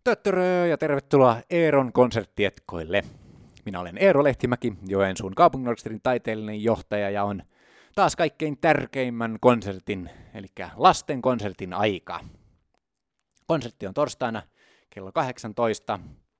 Töttörö ja tervetuloa Eeron konserttietkoille. Minä olen Eero Lehtimäki, Joensuun kaupunginorkesterin taiteellinen johtaja ja on taas kaikkein tärkeimmän konsertin, eli lasten konsertin aika. Konsertti on torstaina kello 18.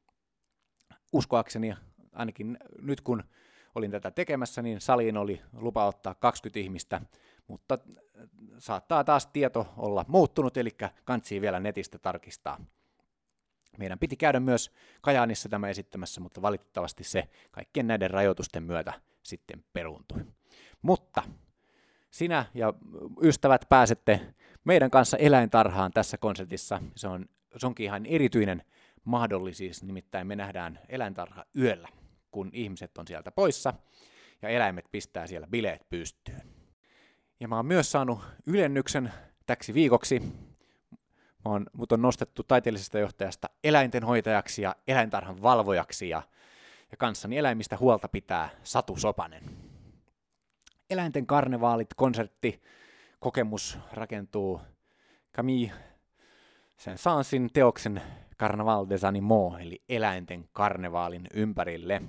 Uskoakseni, ainakin nyt kun olin tätä tekemässä, niin saliin oli lupa ottaa 20 ihmistä, mutta saattaa taas tieto olla muuttunut, eli kantsii vielä netistä tarkistaa. Meidän piti käydä myös Kajaanissa tämä esittämässä, mutta valitettavasti se kaikkien näiden rajoitusten myötä sitten peruuntui. Mutta sinä ja ystävät pääsette meidän kanssa eläintarhaan tässä konsertissa. Se onkin ihan erityinen mahdollisuus, nimittäin me nähdään eläintarha yöllä, kun ihmiset on sieltä poissa ja eläimet pistää siellä bileet pystyyn. Ja mä oon myös saanut ylennyksen täksi viikoksi. Mut on nostettu taiteellisesta johtajasta eläintenhoitajaksi ja eläintarhan valvojaksi ja kanssani eläimistä huolta pitää Satu Sopanen. Eläinten karnevaalit, konsertti, kokemus rakentuu Camille Saint-Saënsin teoksen Carnaval des Animaux, eli eläinten karnevaalin ympärille.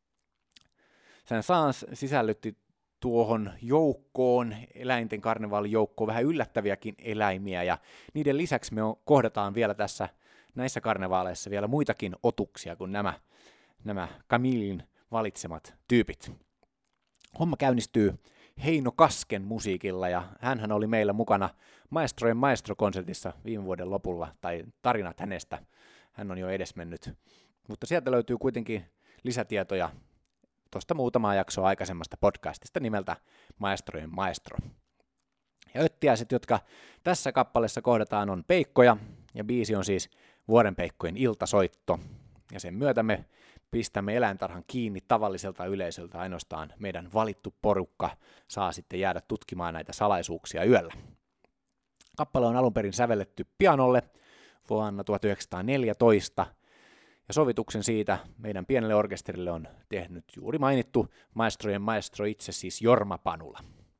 Saint-Saëns sisällytti tuohon joukkoon, eläinten karnevaalin joukkoon, vähän yllättäviäkin eläimiä, ja niiden lisäksi me kohdataan vielä näissä karnevaaleissa vielä muitakin otuksia kuin nämä Camillin valitsemat tyypit. Homma käynnistyy Heino Kasken musiikilla, ja hänhän oli meillä mukana Maestrojen Maestro-konsertissa viime vuoden lopulla, tai tarinat hänestä, hän on jo edesmennyt. Mutta sieltä löytyy kuitenkin lisätietoja tuosta muutamaa jaksoa aikaisemmasta podcastista nimeltä Maestrojen Maestro. Ja öttiäiset, jotka tässä kappaleessa kohdataan, on peikkoja, ja biisi on siis Vuodenpeikkojen iltasoitto. Ja sen myötä me pistämme eläintarhan kiinni tavalliselta yleisöltä, ainoastaan meidän valittu porukka saa sitten jäädä tutkimaan näitä salaisuuksia yöllä. Kappale on alun perin sävelletty pianolle vuonna 1914, ja sovituksen siitä meidän pienelle orkesterille on tehnyt juuri mainittu Maestrojen maestro itse, siis Jorma Panula.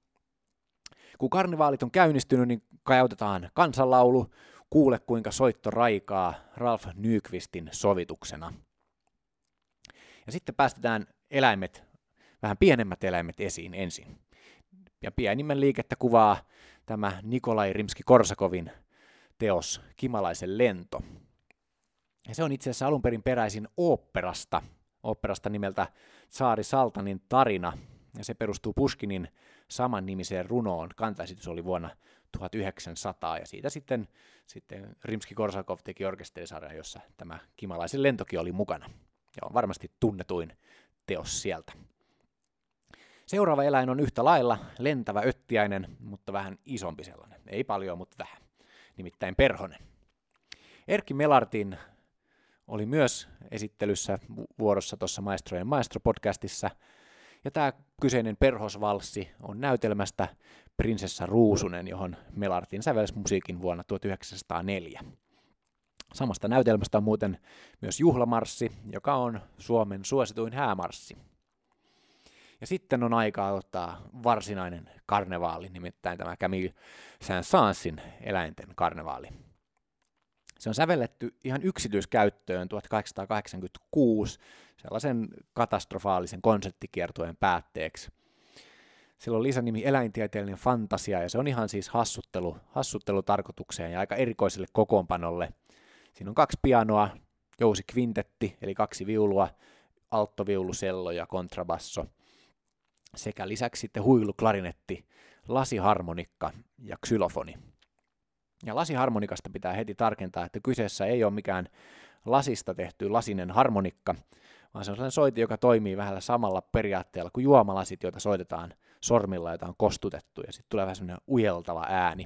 Kun karnevaalit on käynnistynyt, niin kajautetaan kansanlaulu Kuule kuinka soitto raikaa Ralf Nyqvistin sovituksena. Ja sitten päästetään vähän pienemmät eläimet esiin ensin. Ja pienimmän liikettä kuvaa tämä Nikolai Rimski-Korsakovin teos Kimalaisen lento. Ja se on itse asiassa alun perin peräisin oopperasta nimeltä Tsaari Saltanin tarina, ja se perustuu Pushkinin samannimiseen runoon. Kantaesitys oli vuonna 1900, ja siitä sitten Rimski-Korsakov teki orkesterisarjan, jossa tämä Kimalaisen lentokin oli mukana, ja on varmasti tunnetuin teos sieltä. Seuraava eläin on yhtä lailla lentävä öttiäinen, mutta vähän isompi sellainen. Ei paljon, mutta vähän. Nimittäin perhonen. Erkki Melartin oli myös esittelyssä vuorossa tuossa Maestrojen Maestro-podcastissa, ja tämä kyseinen perhosvalssi on näytelmästä Prinsessa Ruusunen, johon Melartin sävelsi musiikin vuonna 1904. Samasta näytelmästä on muuten myös juhlamarssi, joka on Suomen suosituin häämarssi. Ja sitten on aikaa ottaa varsinainen karnevaali, nimittäin tämä Camille Saint-Saënsin eläinten karnevaali. Se on sävelletty ihan yksityiskäyttöön 1886 sellaisen katastrofaalisen konserttikiertueen päätteeksi. Sillä on lisänimi Eläintieteellinen fantasia, ja se on ihan siis hassuttelutarkoitukseen ja aika erikoiselle kokoonpanolle. Siinä on 2 pianoa, jousikvintetti, eli 2 viulua, alttoviulu, cello ja kontrabasso, sekä lisäksi sitten huilu, klarinetti, lasiharmonikka ja xylofoni. Ja lasiharmonikasta pitää heti tarkentaa, että kyseessä ei ole mikään lasista tehty lasinen harmonikka, vaan se on sellainen soiti, joka toimii vähän samalla periaatteella kuin juomalasit, joita soitetaan sormilla, joita on kostutettu, ja sitten tulee vähän sellainen ujeltava ääni.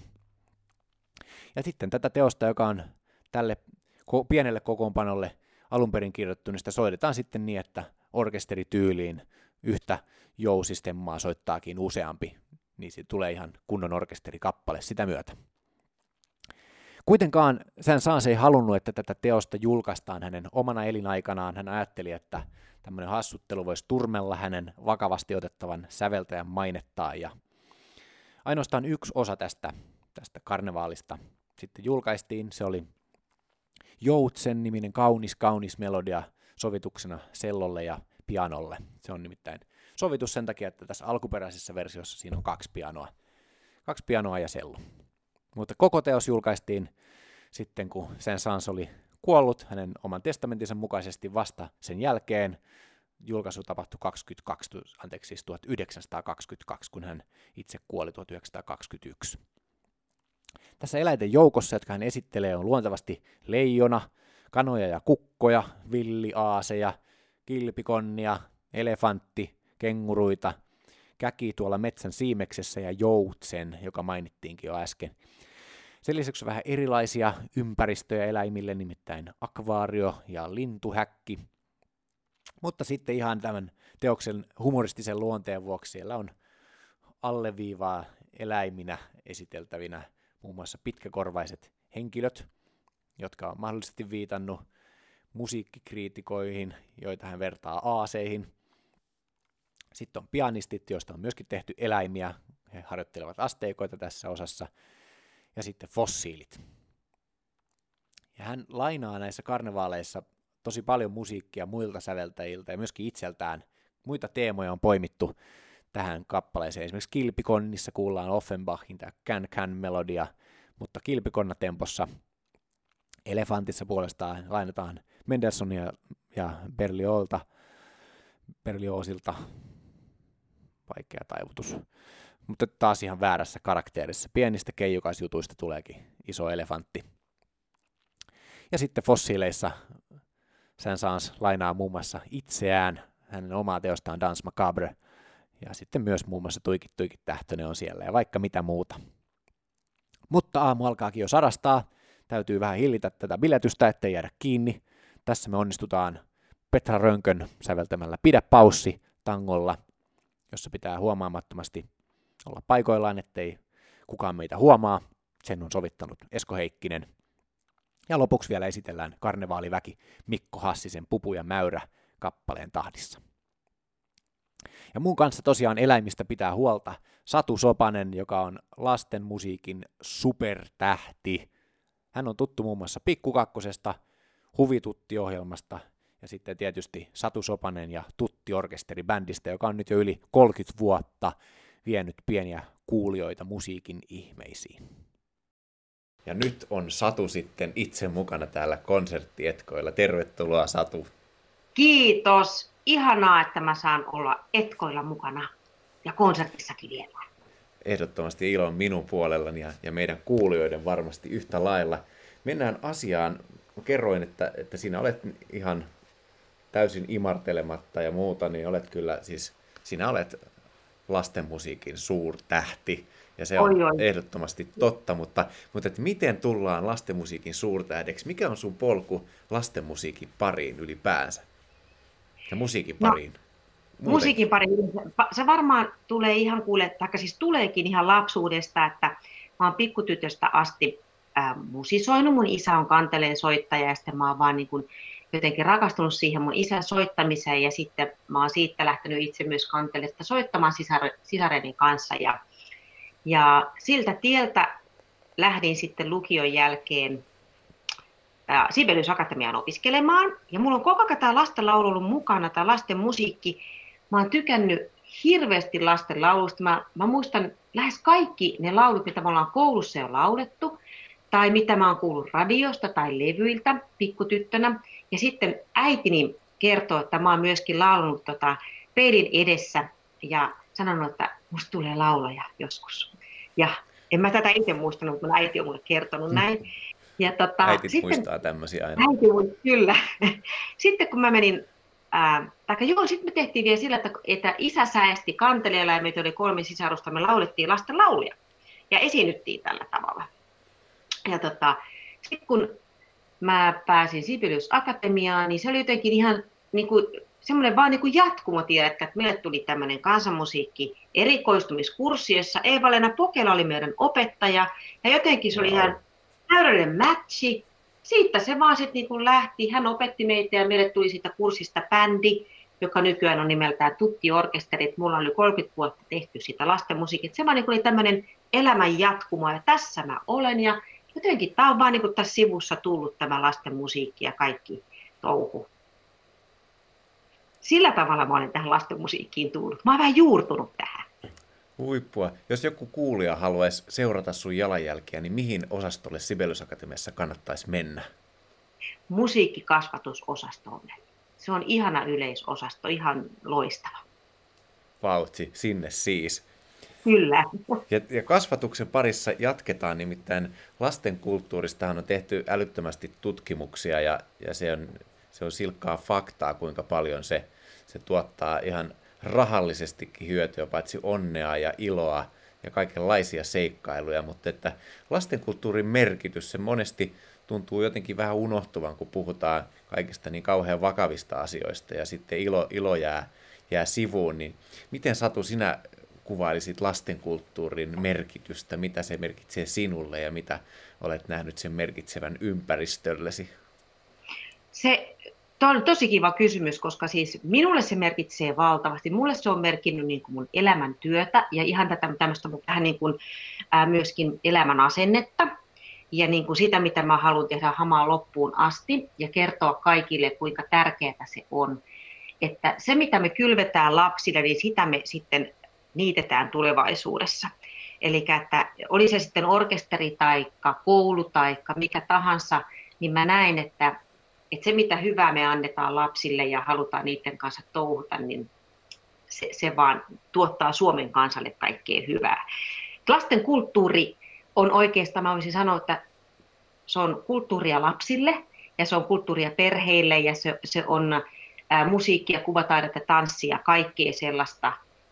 Ja sitten tätä teosta, joka on tälle pienelle kokoonpanolle alun perin kirjoittu, niin sitä soitetaan sitten niin, että orkesterityyliin yhtä jousistemmaa soittaakin useampi, niin siitä tulee ihan kunnon orkesterikappale sitä myötä. Kuitenkaan Saint-Saëns ei halunnut, että tätä teosta julkaistaan hänen omana elinaikanaan. Hän ajatteli, että tämmöinen hassuttelu voisi turmella hänen vakavasti otettavan säveltäjän mainettaan. Ja ainoastaan yksi osa tästä karnevaalista sitten julkaistiin. Se oli Joutsen-niminen kaunis melodia sovituksena cellolle ja pianolle. Se on nimittäin sovitus sen takia, että tässä alkuperäisessä versiossa siinä on kaksi pianoa ja cello. Mutta koko teos julkaistiin sitten, kun Saint-Saëns oli kuollut hänen oman testamentinsa mukaisesti vasta sen jälkeen. Julkaisu tapahtui 1922, kun hän itse kuoli 1921. Tässä eläinten joukossa, jotka hän esittelee, on luontevasti leijona, kanoja ja kukkoja, villiaaseja, kilpikonnia, elefantti, kenguruita, käki tuolla metsän siimeksessä ja joutsen, joka mainittiinkin jo äsken. Sen lisäksi on vähän erilaisia ympäristöjä eläimille, nimittäin akvaario ja lintuhäkki. Mutta sitten ihan tämän teoksen humoristisen luonteen vuoksi siellä on alleviivaa eläiminä esiteltävinä muun muassa pitkäkorvaiset henkilöt, jotka on mahdollisesti viitannut musiikkikriitikoihin, joita hän vertaa aaseihin. Sitten on pianistit, joista on myöskin tehty eläimiä, he harjoittelevat asteikoita tässä osassa, ja sitten fossiilit. Ja hän lainaa näissä karnevaaleissa tosi paljon musiikkia muilta säveltäjiltä ja myöskin itseltään. Muita teemoja on poimittu tähän kappaleeseen. Esimerkiksi Kilpikonnissa kuullaan Offenbachin tämä Can-Can-melodia, mutta Kilpikonnatempossa Elefantissa puolestaan lainataan Mendelssohnia ja Berliozilta, vaikea taivutus, mutta taas ihan väärässä karakterissa. Pienistä keijukaisjutuista tuleekin iso elefantti. Ja sitten fossiileissa Saint-Saëns lainaa muun muassa itseään, hänen omaa teostaan Danse Macabre, ja sitten myös muun muassa Tuikit tähtönen on siellä, ja vaikka mitä muuta. Mutta aamu alkaakin jo sarastaa, täytyy vähän hillitä tätä biletystä, ettei jäädä kiinni. Tässä me onnistutaan Petra Rönkön säveltämällä Pidä paussi tangolla, jossa pitää huomaamattomasti olla paikoillaan, ettei kukaan meitä huomaa. Sen on sovittanut Esko Heikkinen. Ja lopuksi vielä esitellään karnevaaliväki Mikko Hassisen Pupu ja Mäyrä kappaleen tahdissa. Ja mun kanssa tosiaan eläimistä pitää huolta Satu Sopanen, joka on lasten musiikin supertähti. Hän on tuttu muun muassa Pikku Kakkosesta, Huvitutti-ohjelmasta ja sitten tietysti Satu Sopanen ja Tutti-orkesteribändistä, joka on nyt jo yli 30 vuotta vienyt pieniä kuulijoita musiikin ihmeisiin. Ja nyt on Satu sitten itse mukana täällä konserttietkoilla. Tervetuloa Satu. Kiitos. Ihanaa, että mä saan olla etkoilla mukana ja konsertissakin vielä. Ehdottomasti ilo on minun puolellani ja meidän kuulijoiden varmasti yhtä lailla. Mennään asiaan. Kerroin, että sinä olet ihan täysin imartelematta ja muuta, niin olet kyllä siis, sinä olet lastenmusiikin suurtähti. Ja se on ehdottomasti totta, mutta että miten tullaan lastenmusiikin suurtähdeksi? Mikä on sun polku lastenmusiikin pariin ylipäänsä? Ja musiikin pariin? Musiikin pariin. Se varmaan tulee ihan siis tuleekin ihan lapsuudesta, että mä oon pikkutytöstä asti musisoinut. Mun isä on kanteleen soittaja ja sitten mä oon vaan niin kuin jotenkin rakastunut siihen mun isän soittamiseen ja sitten mä oon siitä lähtenyt itse myös kantelesta soittamaan sisareni kanssa ja siltä tieltä lähdin sitten lukion jälkeen Sibelius Akatemiaan opiskelemaan. Ja mulla on koko ajan tämä lastenlaulu ollut mukana, tämä lasten musiikki. Mä oon tykännyt hirveästi lastenlaulusta. Mä muistan lähes kaikki ne laulut, mitä me ollaan koulussa jo laulettu, tai mitä mä oon kuullut radiosta tai levyiltä pikkutyttönä. Ja sitten äitini kertoo, että mä oon myöskin laulunut peilin edessä ja sanonut, että musta tulee laulaja joskus. Ja en mä tätä itse muistanut, mutta äiti on mulle kertonut näin. Ja äitit sitten, muistaa tämmöisiä aina. Kyllä. Sitten kun mä menin, sitten me tehtiin vielä sillä, että isä säesti kantelijalla ja meitä oli 3 sisarusta, me laulettiin lasten lauluja ja esiinnyttiin tällä tavalla. Ja sitten kun mä pääsin Sibelius Akatemiaan, niin se oli jotenkin ihan niin kuin semmoinen vaan niin kuin jatkumo, tiedätkö, että meille tuli tämmöinen kansanmusiikki erikoistumiskurssi, jossa Eeva-Leena Pokela oli meidän opettaja, ja jotenkin se oli ihan täydellinen matchi. Siitä se vaan sitten niin kuin lähti. Hän opetti meitä ja meille tuli siitä kurssista bändi, joka nykyään on nimeltään Tutti-orkesteri. Mulla oli 30 vuotta tehty sitä lastenmusiikkia. Se vaan niin kuin oli tämmöinen elämän jatkumo ja tässä mä olen. Ja Jotenkin tämä on vaan niin kuin tässä sivussa tullut tämä lasten musiikki ja kaikki touhu. Sillä tavalla mä olen tähän lasten musiikkiin tullut. Mä oon vähän juurtunut tähän. Huippua. Jos joku kuulija haluaisi seurata sun jalanjälkiä, niin mihin osastolle Sibelius Akatemiassa kannattaisi mennä? Musiikkikasvatusosastolle. Se on ihana yleisosasto, ihan loistava. Vautsi, sinne siis. Kyllä. Ja kasvatuksen parissa jatketaan, nimittäin lastenkulttuuristahan on tehty älyttömästi tutkimuksia ja se on silkkaa faktaa, kuinka paljon se tuottaa ihan rahallisestikin hyötyä, paitsi onnea ja iloa ja kaikenlaisia seikkailuja, mutta että lastenkulttuurin merkitys, se monesti tuntuu jotenkin vähän unohtuvan, kun puhutaan kaikista niin kauhean vakavista asioista ja sitten ilo jää sivuun, niin miten Satu sinä kuvailisit lastenkulttuurin merkitystä, mitä se merkitsee sinulle ja mitä olet nähnyt sen merkitsevän ympäristöllesi? Tuo on tosi kiva kysymys, koska siis minulle se merkitsee valtavasti. Mulle se on merkinnyt niin kuin mun elämäntyötä ja ihan tämmöistä vähän niin kuin, myöskin elämän asennetta ja niin kuin sitä, mitä mä haluan tehdä hamaan loppuun asti ja kertoa kaikille, kuinka tärkeää se on. Että se, mitä me kylvetään lapsille, niin sitä me sitten niitetään tulevaisuudessa. Eli että oli se sitten orkesteri tai koulu tai mikä tahansa, niin mä näen, että se mitä hyvää me annetaan lapsille ja halutaan niiden kanssa touhuta, niin se vaan tuottaa Suomen kansalle kaikkea hyvää. Lasten kulttuuri on oikeastaan, mä voisin sanoa, että se on kulttuuria lapsille ja se on kulttuuria perheille ja se on musiikkia, kuvataidetta, tanssia, kaikkea sellaista.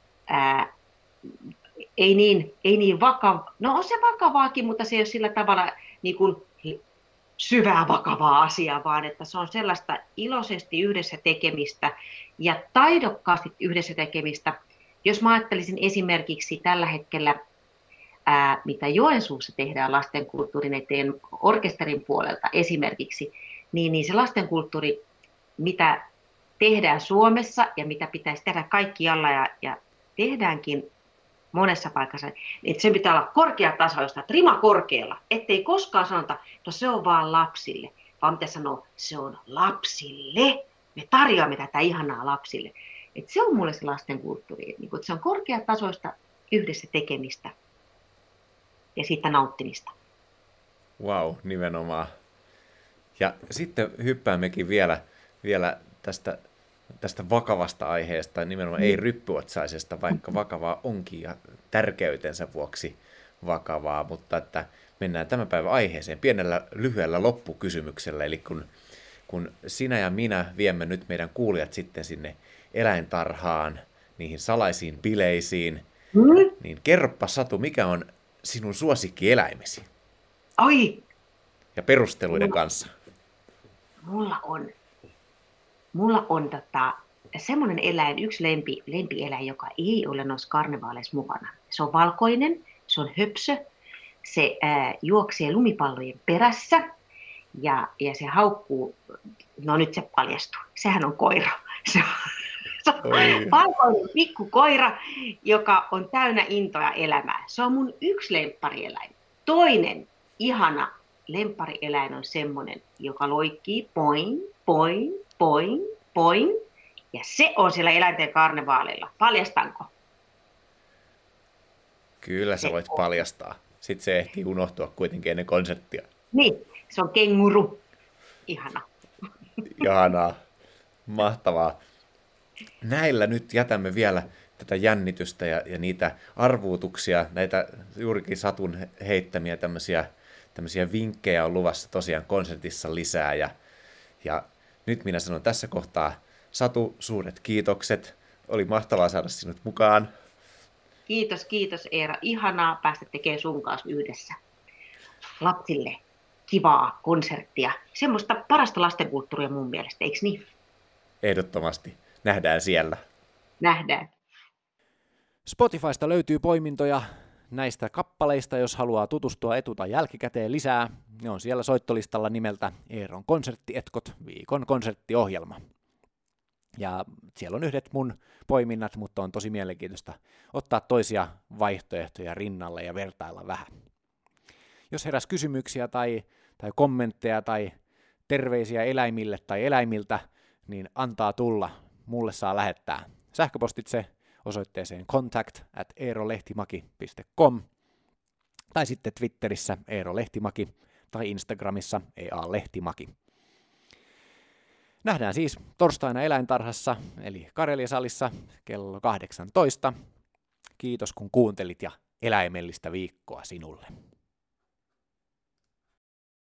Ei niin vakavaa, no on se vakavaakin, mutta se ei ole sillä tavalla niin kuin syvää vakavaa asiaa, vaan että se on sellaista iloisesti yhdessä tekemistä ja taidokkaasti yhdessä tekemistä. Jos mä ajattelisin esimerkiksi tällä hetkellä, mitä Joensuussa tehdään lastenkulttuurin eteen orkesterin puolelta esimerkiksi, niin se lastenkulttuuri, mitä tehdään Suomessa ja mitä pitäisi tehdä kaikkialla ja tehdäänkin monessa paikassa, että sen pitää olla korkeatasoista, rima korkealla, ettei koskaan sanota, että se on vaan lapsille, vaan mitä sanoo, se on lapsille. Me tarjoamme tätä ihanaa lapsille. Että se on mulle se lastenkulttuuri, että se on korkeatasoista yhdessä tekemistä ja siitä nauttimista. Wow, nimenomaan. Ja sitten hyppäämmekin vielä tästä vakavasta aiheesta, nimenomaan ei ryppyotsaisesta, vaikka vakavaa onkin ja tärkeytensä vuoksi vakavaa, mutta että mennään tämän päivän aiheeseen pienellä lyhyellä loppukysymyksellä, eli kun sinä ja minä viemme nyt meidän kuulijat sitten sinne eläintarhaan, niihin salaisiin bileisiin, niin kerropa Satu, mikä on sinun suosikkieläimesi? Oi! Ja perusteluiden kanssa. Mulla on semmoinen eläin, yksi lempieläin, joka ei ole noissa karnevaaleissa mukana. Se on valkoinen, se on höpsö, se juoksee lumipallojen perässä ja se haukkuu, no nyt se paljastuu, sehän on koira. Se on valkoinen pikkukoira, joka on täynnä intoa elämää. Se on mun yksi lempparieläin. Toinen ihana lempparieläin on semmoinen, joka loikkii poin, poin, poin, poin. Ja se on siellä eläinten karnevaalilla. Paljastanko? Kyllä sä voit paljastaa. Sitten se ehtii unohtua kuitenkin ennen konserttia. Niin, se on kenguru. Ihana. Ihanaa. Mahtavaa. Näillä nyt jätämme vielä tätä jännitystä ja niitä arvuutuksia, näitä juurikin Satun heittämiä tämmöisiä vinkkejä on luvassa tosiaan konsertissa lisää. Ja nyt minä sanon tässä kohtaa, Satu, suuret kiitokset. Oli mahtavaa saada sinut mukaan. Kiitos Eera. Ihanaa päästä tekemään sun kanssa yhdessä lapsille kivaa konserttia. Semmoista parasta lastenkulttuuria mun mielestä, eikö niin? Ehdottomasti. Nähdään siellä. Nähdään. Spotifysta löytyy poimintoja näistä kappaleista, jos haluaa tutustua etu- tai jälkikäteen lisää. Ne on siellä soittolistalla nimeltä Eeron konserttietkot, viikon konserttiohjelma. Ja siellä on yhdet mun poiminnat, mutta on tosi mielenkiintoista ottaa toisia vaihtoehtoja rinnalle ja vertailla vähän. Jos heräsi kysymyksiä tai kommentteja tai terveisiä eläimille tai eläimiltä, niin antaa tulla. Mulle saa lähettää sähköpostitse osoitteeseen contact@eerolehtimaki.com tai sitten Twitterissä Eero Lehtimaki tai Instagramissa EA-Lehtimaki. Nähdään siis torstaina eläintarhassa, eli Kareliasalissa kello 18. Kiitos kun kuuntelit ja eläimellistä viikkoa sinulle.